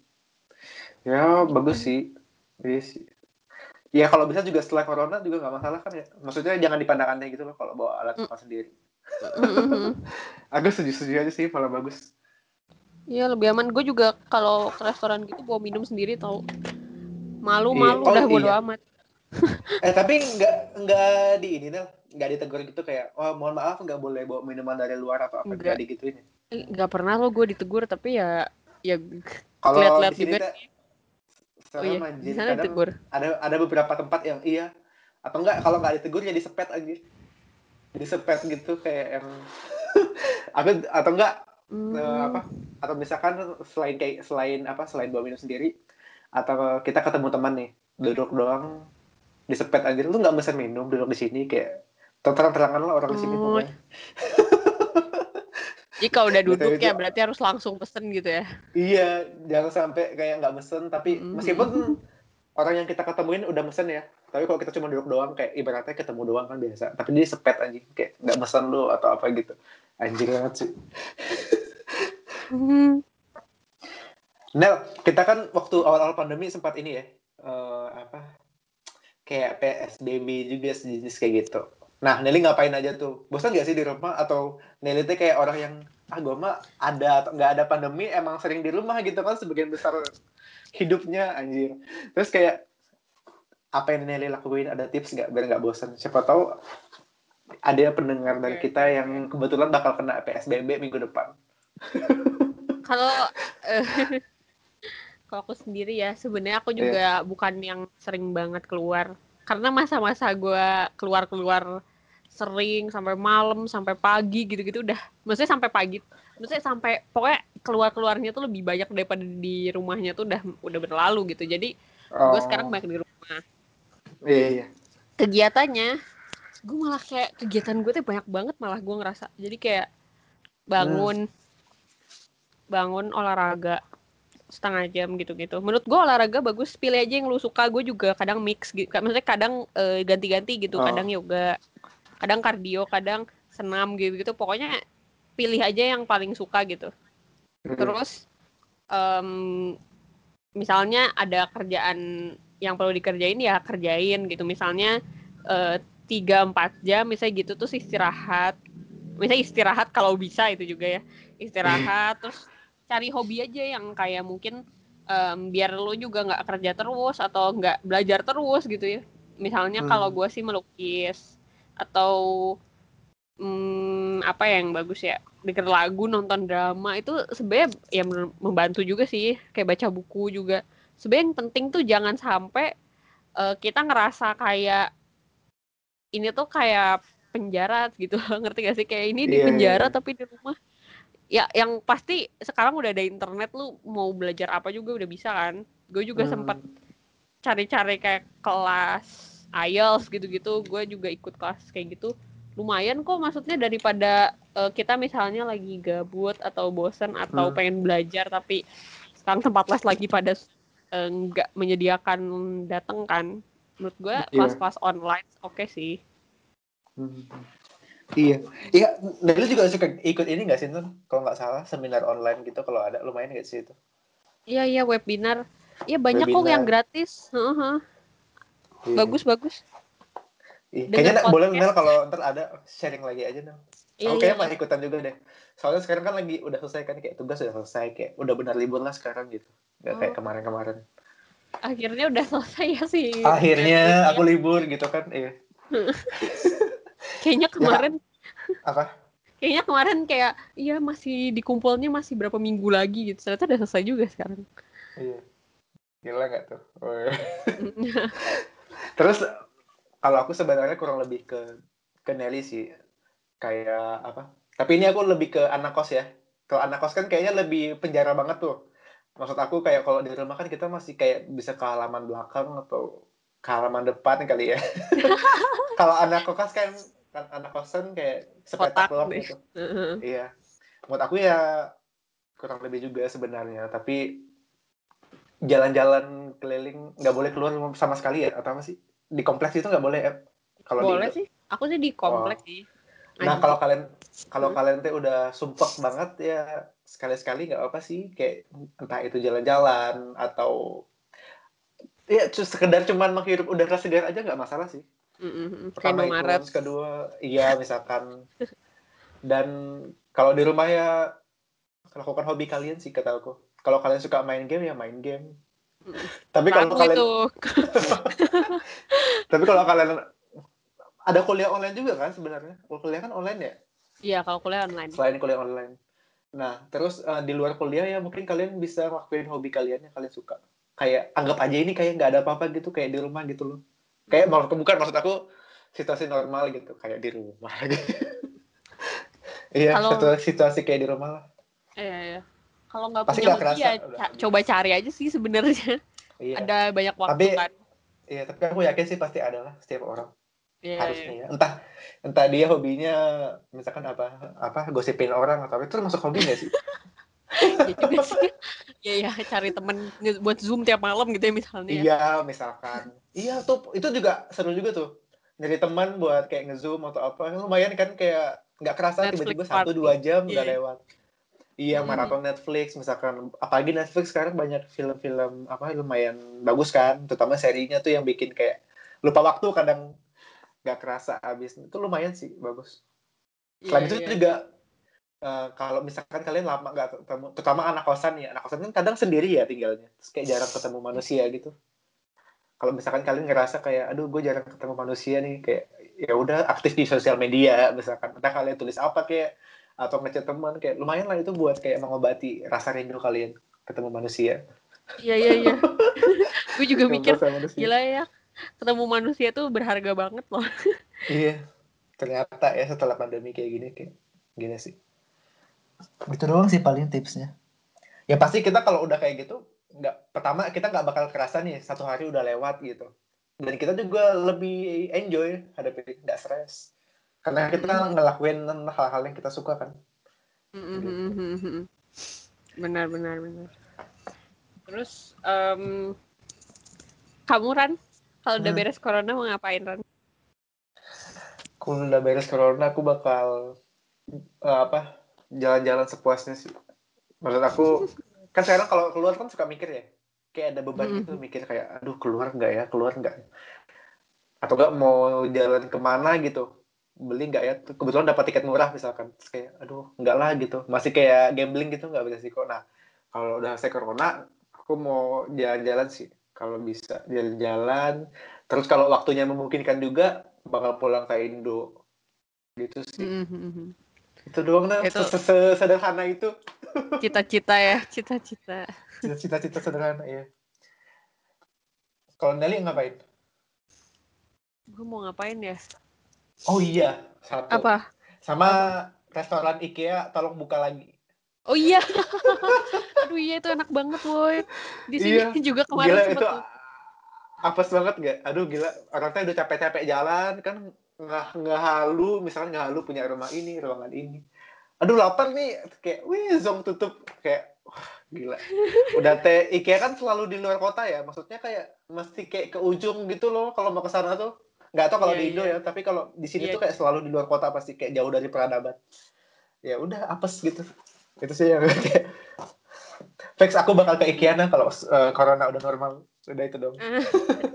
Ya gitu. bagus sih. Iya sih. Ya kalau bisa juga setelah corona juga nggak masalah kan ya. Maksudnya jangan dipandang aneh gitu loh kalau bawa alat Mm, makan sendiri. mm, mm, mm. Aku setuju-setuju aja sih, malah bagus. Iya lebih aman. Gue juga kalau ke restoran gitu bawa minum sendiri tau. Iya, Malu-malu oh udah bodo iya. amat. Eh tapi nggak nggak di ini Nel, nggak ditegur gitu kayak, oh mohon maaf nggak boleh bawa minuman dari luar atau apa, nggak Enggak, digituin ya? eh, Hmm. nggak pernah lo gue ditegur, tapi ya ya Kalau lihat-lihat di sini juga teh sih. Oh serem iya, di anjir, sana kadang ditegur. ada ada beberapa tempat yang iya, atau enggak kalau nggak ditegur ya disepet anjir, disepet gitu kayak yang aku atau enggak eh, Hmm, apa atau misalkan selain kayak selain apa selain bawa minum sendiri atau kita ketemu teman nih duduk doang disepet anjir lu nggak mesen minum duduk di sini kayak terang-terangan lah orang di sini oh, pokoknya. jadi kalau udah Betul duduk itu. ya berarti harus langsung pesen gitu ya. Iya, jangan sampai kayak nggak mesen, tapi meskipun Mm-mm. orang yang kita ketemuin udah mesen ya, tapi kalau kita cuma duduk doang, kayak ibaratnya ketemu doang kan biasa, tapi dia sepet anjing, kayak nggak mesen lu atau apa gitu. Anjing banget sih. Nel, kita kan waktu awal-awal pandemi sempat ini ya, eh, apa, kayak P S B B juga sejenis kayak gitu. Nah, Nelly ngapain aja tuh? Bosan nggak sih di rumah? Atau Nelly tuh kayak orang yang, ah gue mah ada atau nggak ada pandemi, emang sering di rumah gitu kan, sebagian besar hidupnya anjir. Terus kayak apa yang Nelly lakuin, ada tips nggak biar nggak bosan? Siapa tahu ada pendengar Oke dari oke kita yang oke. kebetulan bakal kena P S B B minggu depan. Kalau eh, kalau aku sendiri ya, sebenarnya aku Iya. juga bukan yang sering banget keluar. Karena masa-masa gue keluar-keluar sering sampai malam, sampai pagi gitu-gitu udah. Maksudnya sampai pagi. Maksudnya sampai pokoknya keluar-keluarnya tuh lebih banyak daripada di rumahnya tuh udah udah berlalu gitu. Jadi gue sekarang Oh, banyak di rumah. iya iya. Kegiatannya, gue malah kayak kegiatan gue tuh banyak banget malah gue ngerasa. Jadi kayak Hmm. bangun, bangun olahraga, setengah jam gitu-gitu. Menurut gue olahraga bagus, pilih aja yang lu suka. Gue juga kadang mix gitu. Maksudnya kadang eh, ganti-ganti gitu. Kadang Oh. yoga, kadang kardio, kadang senam gitu-gitu. Pokoknya pilih aja yang paling suka gitu. Hmm. Terus em, misalnya ada kerjaan yang perlu dikerjain ya kerjain gitu. Misalnya eh, tiga empat jam misalnya gitu terus istirahat. Misalnya istirahat kalau bisa itu juga ya. Istirahat terus cari hobi aja yang kayak mungkin em, biar lu juga nggak kerja terus atau nggak belajar terus gitu ya. Misalnya kalau Hmm. gue sih melukis atau hmm, apa yang bagus ya denger lagu nonton drama itu sebenarnya ya membantu juga sih kayak baca buku juga sebenarnya yang penting tuh jangan sampai uh, kita ngerasa kayak ini tuh kayak penjara gitu ngerti gak sih kayak ini di Iya iya penjara iya. tapi di rumah ya yang pasti sekarang udah ada internet lu mau belajar apa juga udah bisa kan gue juga sempat Hmm. cari-cari kayak kelas I E L T S gitu-gitu gue juga ikut kelas kayak gitu lumayan kok maksudnya daripada uh, kita misalnya lagi gabut atau bosen atau Hmm. pengen belajar tapi sekarang tempat les lagi pada uh, nggak menyediakan datang kan menurut gue Iya. kelas-kelas online oke okay sih. Hmm. Iya. Iya, Nelly juga suka ikut ini nggak sih, Nun? Kalau nggak salah, seminar online gitu kalau ada, lumayan nggak sih itu? Iya iya webinar iya banyak kok yang Webinar. gratis. Heeh, Iya. bagus bagus Iya. denger Kayaknya Nel, boleh Nel podcast kalau ntar ada sharing lagi aja Nel. iya Aku iya kayaknya mau ikutan juga deh. Soalnya sekarang kan lagi udah selesai kan kayak tugas udah selesai kayak udah benar libur lah sekarang gitu. Nggak kayak oh kemarin-kemarin. akhirnya udah selesai ya sih Akhirnya aku penelitian. libur gitu kan. Iya. Kayaknya Ya Kak, kemarin apa? kayaknya kemarin kayak iya masih dikumpulnya masih berapa minggu lagi gitu. Ternyata udah selesai juga sekarang. Iya. Gila nggak tuh? Oh, iya. Terus kalau aku sebenarnya kurang lebih ke ke Nelly sih. Kayak apa? Tapi ini aku lebih ke anak kos ya. Kalau anak kos kan kayaknya lebih penjara banget tuh. Maksud aku kayak kalau di rumah kan kita masih kayak bisa ke halaman belakang atau ke halaman depan kali ya. Kalau anak kos kan kan anak kosan kayak sepetak Kotak doang deh. gitu. Iya. Menurut aku ya kurang lebih juga sebenarnya. Tapi jalan-jalan keliling nggak boleh keluar sama sekali ya atau apa sih? Di kompleks itu nggak boleh ya? Kalau di Boleh Indo. sih. Aku sih di Oh. komplek sih. Nah, kalau Anjing. kalian kalau kalian tuh udah sumpek banget ya sekali-sekali nggak apa sih kayak entah itu jalan-jalan atau ya cu- sekedar cuman menghirup udara segar aja nggak masalah sih. Ke Pertama itu, Indomaret. terus kedua iya misalkan dan kalau di rumah ya lakukan hobi kalian sih kata aku. Kalau kalian suka main game ya main game. Tapi kalau Ratu kalian itu. tapi kalau kalian ada kuliah online juga kan sebenarnya. Kalau kuliah kan online ya, Iya, kalau kuliah online. selain kuliah online. Nah, terus uh, di luar kuliah ya mungkin kalian bisa ngelakuin hobi kalian yang kalian suka. Kayak anggap aja ini kayak nggak ada apa-apa gitu, kayak di rumah gitu loh. Kayak Mm-mm. maksud bukan maksud aku situasi normal gitu, kayak di rumah gitu. Iya, Kalau satu situasi kayak di rumah lah. iya, iya. Kalau nggak Pasti punya nggak hobi kerasa ya udah ca- coba habis. cari aja sih sebenarnya. Iya. Ada banyak waktu Tapi kan. iya, tapi aku yakin sih pasti ada lah setiap orang. Iya, iya. Harusnya ya. Entah entah dia hobinya misalkan apa apa gosipin orang atau apa itu masuk hobi nggak sih? Iya juga sih. Iya, ya, cari temen nge- buat Zoom tiap malam gitu ya misalnya ya. Iya, misalkan. Iya tuh, itu juga seru juga tuh. Nyari teman buat kayak nge-zoom atau apa. Lumayan kan kayak nggak kerasa Netflix tiba-tiba satu party. dua jam udah Iya. lewat. Iya, Mm-mm. maraton Netflix misalkan. Apalagi Netflix sekarang banyak film-film apa lumayan bagus kan. Terutama serinya tuh yang bikin kayak lupa waktu kadang nggak kerasa habis. Itu lumayan sih, bagus. Iya, Selain itu iya, iya. juga eh, kalau misalkan kalian lama nggak ketemu, terutama anak kosan ya. Anak kosan kan kadang sendiri ya tinggalnya. Terus kayak jarang ketemu manusia gitu. Kalau misalkan kalian ngerasa kayak aduh gue jarang ketemu manusia nih kayak ya udah aktif di sosial media misalkan entah kalian tulis apa kayak atau ngechat teman kayak lumayan lah itu buat kayak mengobati rasa rindu kalian ketemu manusia. Iya, iya, iya. Gue juga mikir, Ngobrol sama manusia. gila ya, ketemu manusia tuh berharga banget loh. Iya, ternyata ya setelah pandemi kayak gini kayak gini sih. Itu doang sih paling tipsnya. Ya pasti kita kalau udah kayak gitu nggak pertama kita nggak bakal kerasa nih satu hari udah lewat gitu. Dan kita juga lebih enjoy hadapi nggak stres. Karena kita Mm-mm. ngelakuin hal-hal yang kita suka kan. Gitu. Mm-mm. Benar, benar, benar. Terus, em, kamu Ran, kalau udah Hmm. beres corona mau ngapain Ran? Kalau udah beres corona, aku bakal eh, apa jalan-jalan sepuasnya sih. Maksud aku, kan sekarang kalau keluar kan suka mikir ya. Kayak ada beban gitu, Mm-mm. mikir kayak, aduh keluar nggak ya, keluar nggak ya? Atau nggak mau jalan kemana gitu. Beli nggak ya? Kebetulan dapat tiket murah misalkan. Terus kayak, aduh nggak lah gitu. Masih kayak gambling gitu, nggak bisa sih kok. Nah, kalau udah selesai corona, aku mau jalan-jalan sih. Kalau bisa jalan-jalan. Terus kalau waktunya memungkinkan juga, bakal pulang ke Indo. Gitu sih. Mm-mm. Itu doang lah, Itu sederhana itu. cita-cita ya, cita-cita. Cita-cita sederhana ya. Kalau Nelly ngapain? Gue mau ngapain ya? Oh iya, satu. Apa? Sama Apa? restoran IKEA tolong buka lagi. Oh iya, aduh iya itu enak banget boy. Di sini Iya, juga kemarin gila sempet itu tuh. apes banget gak? Aduh gila, orang teh udah capek-capek jalan kan nggak nggak halu, misalnya nggak halu punya rumah ini, ruangan ini. Aduh lapar nih, kayak wih zong tutup kayak wah, gila. Udah teh IKEA kan selalu di luar kota ya, maksudnya kayak mesti kayak ke ujung gitu loh kalau mau ke sana tuh. Nggak tahu kalau Iya, di Indo iya, ya, tapi kalau di sini iya. tuh kayak selalu di luar kota pasti kayak jauh dari peradaban. Ya udah apes gitu. Itu sih yang kayak fix aku bakal ke IKEA nah kalau uh, corona udah normal. Udah itu dong. Ah,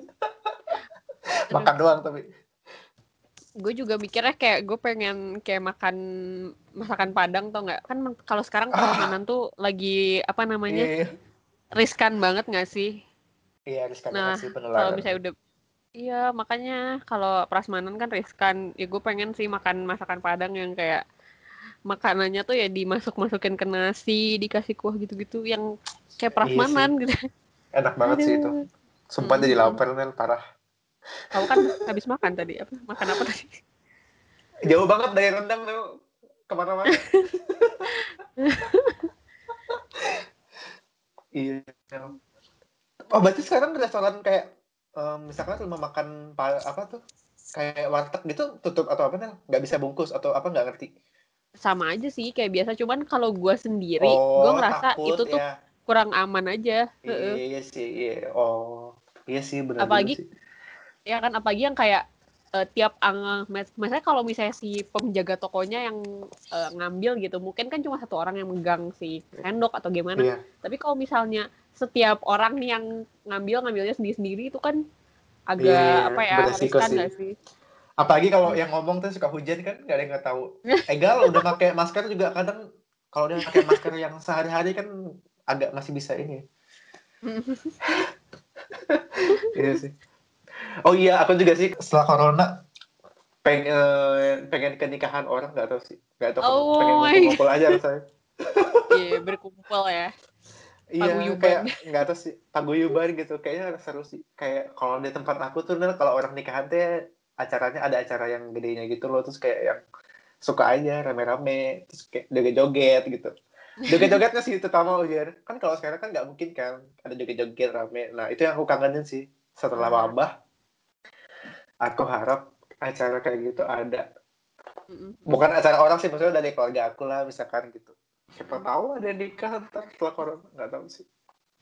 aduh, Makan doang tapi. gue juga mikirnya kayak gue pengen kayak makan masakan Padang tau nggak? Kan men- kalau sekarang Ah, prasmanan tuh lagi apa namanya iya, riskan banget nggak sih? iya riskan banget Nah, sih kalau penularan. misalnya udah iya makanya kalau prasmanan kan riskan. Ya gue pengen sih makan masakan Padang yang kayak makanannya tuh ya dimasuk-masukin ke nasi, dikasih kuah gitu-gitu yang kayak Iya sih, prasmanan gitu. enak banget sih itu. Aduh. Sumpah jadi Mm-mm. lapar nih parah. Kamu kan habis makan tadi apa? Makan apa tadi? Jauh banget dari rendang tuh kemana-mana. Iya. Oh berarti sekarang restoran kayak um, misalkan rumah makan apa tuh kayak warteg gitu tutup atau apa nih? Nggak bisa bungkus atau apa nggak ngerti. Sama aja sih kayak biasa cuman kalau gue sendiri gue Oh ngerasa takut itu tuh ya. kurang aman aja. Heeh. Iya sih, iya. Oh, iya sih benar juga Apalagi sih. ya kan apalagi yang kayak eh, tiap ang misalnya kalau misalnya si penjaga tokonya yang eh, ngambil gitu mungkin kan cuma satu orang yang megang si sendok atau gimana Iya, tapi kalau misalnya setiap orang nih yang ngambil ngambilnya sendiri-sendiri itu kan iya, agak iya. apa ya Beresiko riskan sih. nggak sih? Apalagi kalau yang ngomong tuh suka hujan kan, nggak ada yang nggak tahu. Egal udah pakai masker juga kadang kalau dia pakai masker yang sehari-hari kan agak masih bisa ini. Iya sih. Oh iya, aku juga sih setelah corona pengen pengen ke nikahan orang, nggak tahu sih, nggak tahu kenapa, pengen Oh my ngumpul-ngumpul god. aja rasanya. Iya, berkumpul ya. Iya, kayak Paguyuban. nggak tahu sih, paguyuban gitu, kayaknya seru sih. Kayak kalau di tempat aku tuh, Nel, kalau orang nikahan teh acaranya ada acara yang gedenya gitu loh, terus kayak yang suka aja rame-rame, terus kayak joget-joget gitu. Joget-jogetnya sih terutama Ujar. Kan kalau sekarang kan nggak mungkin kan ada joget-joget rame. Nah itu yang aku kangenin sih. Setelah Ah, wabah, aku harap acara kayak gitu ada. mm, mm, Bukan acara orang sih, maksudnya dari keluarga aku lah misalkan gitu. Siapa mm. tahu ada yang nikah ntar setelah corona, nggak tahu sih.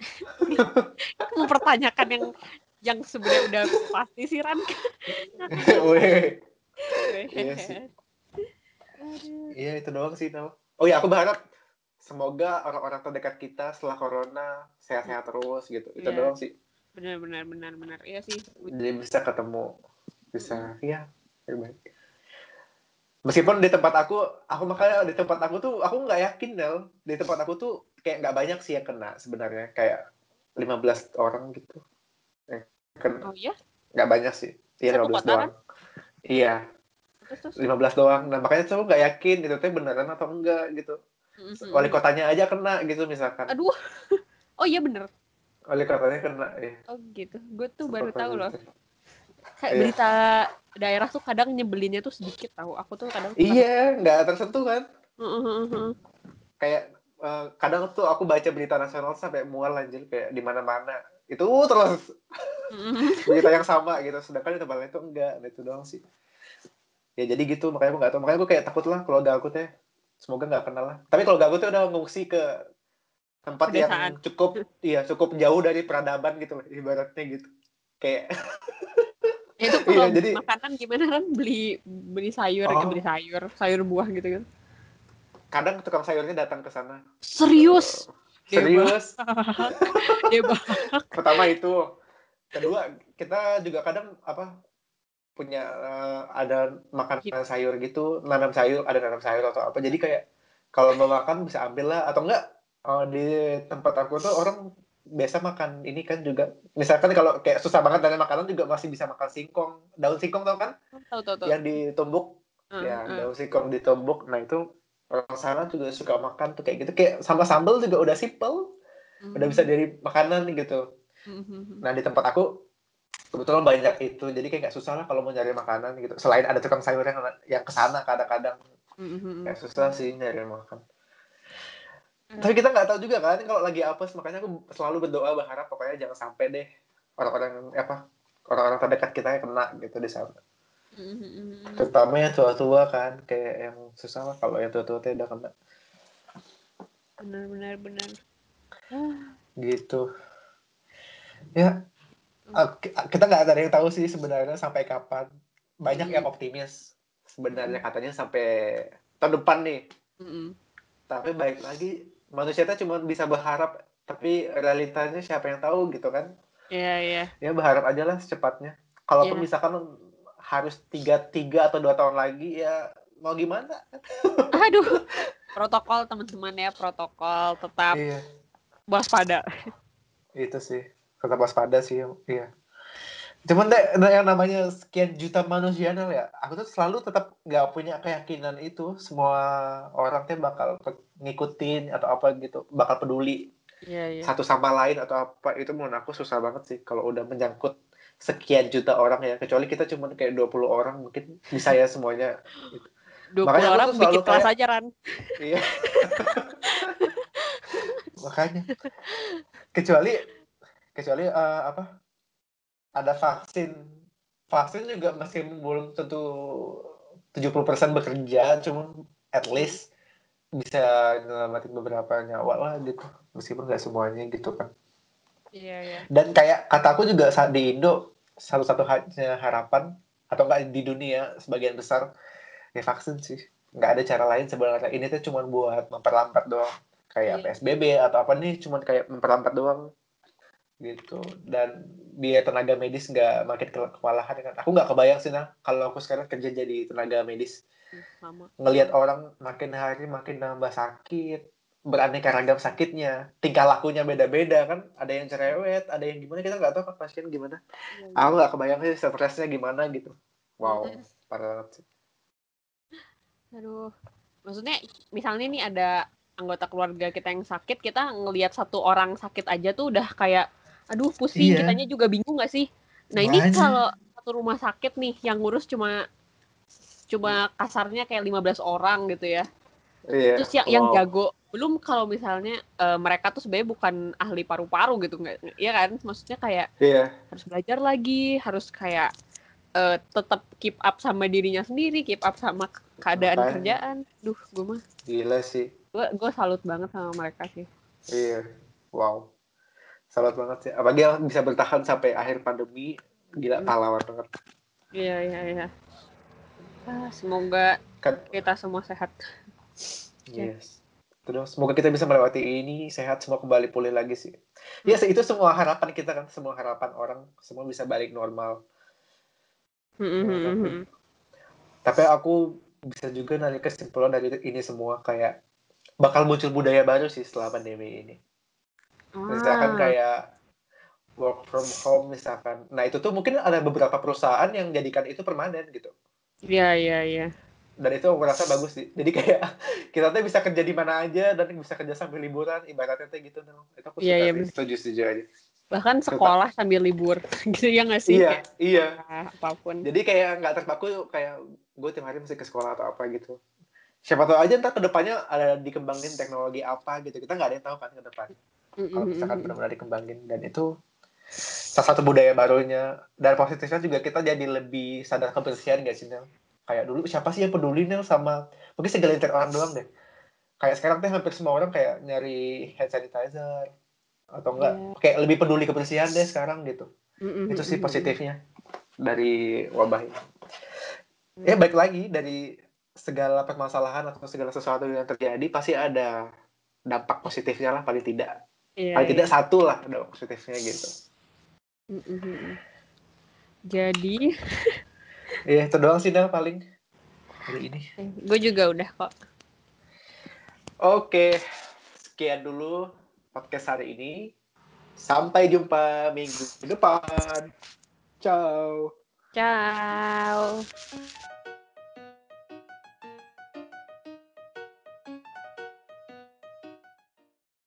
Mempertanyakan yang yang sebenarnya udah pasti sih Ran. Weh, iya sih. Weh. Aduh. Iya itu doang sih, Nel. Oh ya, aku berharap semoga orang-orang terdekat kita setelah corona sehat-sehat terus gitu. Itu Iya, doang sih. benar benar benar benar. Iya sih. Jadi bisa ketemu, Mm-mm. bisa, ya, baik. Meskipun di tempat aku, aku makanya di tempat aku tuh, aku nggak yakin, Nel. Di tempat aku tuh kayak nggak banyak sih yang kena sebenarnya. Kayak lima belas orang gitu. Eh, kena. Oh iya, Nggak banyak sih. Iya, satu lima belas kota kan? doang. Iya, Terus terus. lima belas doang. Nah, makanya tuh nggak yakin itu tuh beneran atau enggak gitu. Wali Mm-mm. kotanya aja kena gitu misalkan. Aduh. Oh iya bener. Wali kotanya kena, ya. Oh gitu. Gue tuh baru Sempat tahu loh. gitu. Kayak Iya. berita daerah tuh kadang nyebelinnya tuh sedikit tahu. Aku tuh kadang suka Iya, nggak tersentuh kan? mm-mm. Kayak eh, kadang tuh aku baca berita nasional sampai mual anjir kayak di mana-mana. Itu terus Mm-mm. berita yang sama gitu. Sedangkan di tempat lain tuh enggak. Nah, itu doang sih. Ya jadi gitu, makanya aku nggak tahu. Makanya aku kayak takut lah kalau aku teh. Semoga nggak kenal lah. Tapi kalau aku tuh udah ngungsi ke tempat yang Pedesaan. cukup, iya cukup jauh dari peradaban gitu lah, ibaratnya gitu. Kayak, Itu iya kalau beli jadi, makanan gimana kan beli beli sayur kayak beli oh sayur, sayur buah gitu kan. kadang tukang sayurnya datang ke sana. Eh, Serius? Debak. serius. Debak. Pertama itu, kedua kita juga kadang apa punya eh, ada Hit. makanan sayur gitu, nanam sayur, ada nanam sayur atau apa. Jadi kayak kalau mau makan bisa ambil lah atau enggak eh, di tempat aku tuh orang biasa makan ini kan juga. Misalkan kalau kayak susah banget dari makanan juga masih bisa makan singkong. Daun singkong tau kan? Tahu tahu tahu. Yang ditumbuk. Uh, Ya, uh. daun singkong ditumbuk. Nah, itu orang sana juga suka makan tuh kayak gitu. Kayak sama sambal juga udah simple, udah bisa Mm, jadi makanan gitu. mm, mm, mm. Nah, di tempat aku kebetulan banyak itu jadi kayak nggak susah lah kalau mau nyari makanan gitu selain ada tukang sayur yang yang kesana kadang-kadang Mm, mm, mm. kayak susah sih nyari makan Uh, tapi kita nggak tahu juga kan kalau lagi apes makanya aku selalu berdoa berharap pokoknya jangan sampai deh orang-orang apa orang-orang terdekat kita yang kena gitu di sana mm, mm, mm, mm. terutama yang tua-tua kan kayak yang susah lah kalau yang tua-tua tuh udah kena Benar benar benar. Ah, gitu ya kita nggak ada yang tahu sih sebenarnya sampai kapan banyak yang mm, optimis mm, sebenarnya mm, katanya sampai tahun depan nih. mm, mm. Tapi baik lagi, manusia itu cuma bisa berharap, tapi realitanya siapa yang tahu gitu kan? Iya iya Ya berharap aja lah secepatnya. Kalaupun iya. misalkan harus tiga tiga atau dua tahun lagi, ya mau gimana? Aduh, protokol teman-teman ya, protokol tetap Iya, waspada. itu sih. Tetap waspada sih, iya. Cuman deh, yang namanya sekian juta manusia Nel, ya, aku tuh selalu tetap nggak punya keyakinan itu semua orang tuh bakal ngikutin atau apa gitu, bakal peduli Iya iya. satu sama lain atau apa itu menurut aku susah banget sih kalau udah menyangkut sekian juta orang ya kecuali kita cuma kayak dua puluh orang mungkin bisa ya semuanya gitu. Dua puluh Makanya aku orang tuh bikin selalu kelas kayak aja, Ran. iya makanya kecuali kecuali uh, apa ada vaksin vaksin juga masih belum tentu tujuh puluh persen bekerja cuma at Mm. least bisa nyelamatin beberapa nyawa lah gitu meskipun nggak semuanya gitu kan. Iya iya. Dan kayak kataku juga saat di Indo satu-satunya harapan atau enggak di dunia sebagian besar ya vaksin sih. Nggak ada cara lain sebenarnya. Ini tuh cuma buat memperlambat doang. Kayak Iya. P S B B atau apa nih cuma kayak memperlambat doang gitu. Dan biaya tenaga medis nggak makin ke- kewalahan kan. Aku nggak kebayang sih nah kalau aku sekarang kerja jadi tenaga medis Hmm, sama ngelihat sama. orang makin hari makin nambah sakit beraneka ragam sakitnya, tingkah lakunya beda-beda kan, ada yang cerewet, ada yang gimana, kita nggak tahu kan pasien gimana. Iya, Aku iya. nggak kebayang sih stresnya gimana gitu. Wow, Mm-mm. parah banget sih. Aduh, maksudnya misalnya nih ada anggota keluarga kita yang sakit, kita ngelihat satu orang sakit aja tuh udah kayak, aduh pusing, Iya, kitanya juga bingung nggak sih? Nah ini makanya. kalau satu rumah sakit nih yang ngurus cuma cuma kasarnya kayak lima belas orang gitu ya. Iya, Terus yang yang wow. jago, belum kalau misalnya eh, mereka tuh sebenarnya bukan ahli paru-paru gitu nggak, iya kan? Maksudnya kayak Iya, harus belajar lagi, harus kayak eh, tetap keep up sama dirinya sendiri, keep up sama keadaan makanya. kerjaan. Duh, gue mah Gila sih. gue gue salut banget sama mereka sih. Iya, wow. Salut banget sih. Apalagi yang bisa bertahan sampai akhir pandemi, gila Mm, pahlawan banget. iya iya iya. Ah, semoga Kan, kita semua sehat. Ya. yes. Terus semoga kita bisa melewati ini sehat, semua kembali pulih lagi sih. Ya Mm, sih, itu semua harapan kita kan, semua harapan orang, semua bisa balik normal. mm, mm, Ya, mm, tapi mm. tapi aku bisa juga narik kesimpulan dari ini semua kayak bakal muncul budaya baru sih setelah pandemi ini. Misalkan Ah, kayak work from home misalkan. Nah, itu tuh mungkin ada beberapa perusahaan yang jadikan itu permanen gitu. iya iya iya. Dan itu aku rasa bagus sih. Jadi kayak kita tuh bisa kerja di mana aja dan bisa kerja sambil liburan, ibaratnya tuh gitu. No. Itu aku Iya suka iya. sih, setuju-setuju aja. Bahkan Suka. sekolah sambil libur gitu ya nggak sih, Iya, kayak iya. sekolah apapun. Jadi kayak nggak terpaku kayak gue tiap hari mesti ke sekolah atau apa gitu. Siapa tahu aja ntar kedepannya ada dikembangin teknologi apa gitu. Kita nggak ada yang tahu kan ke depan. Mm, Kalau mm, misalkan mm, mm. benar-benar dikembangin. Dan itu salah satu budaya barunya. Dan positifnya juga kita jadi lebih sadar kebersihan gak sih, Nel? Kayak dulu siapa sih yang peduli, Nel, sama mungkin segelintir orang doang deh. Kayak sekarang tuh hampir semua orang kayak nyari hand sanitizer. Atau enggak, Iya. kayak lebih peduli kebersihan deh sekarang gitu. Mm, mm, Itu mm, sih mm, mm. positifnya dari wabah ini. Ya Hmm. baik lagi dari segala permasalahan atau segala sesuatu yang terjadi pasti ada dampak positifnya lah paling tidak. Iya Paling iya. tidak satu lah dampak positifnya gitu. Mm, mm, mm, mm. Jadi, Iya itu doang sih Nel paling hari ini. gue juga udah kok. Oke, sekian dulu podcast hari ini. Sampai jumpa minggu depan. Ciao. Ciao.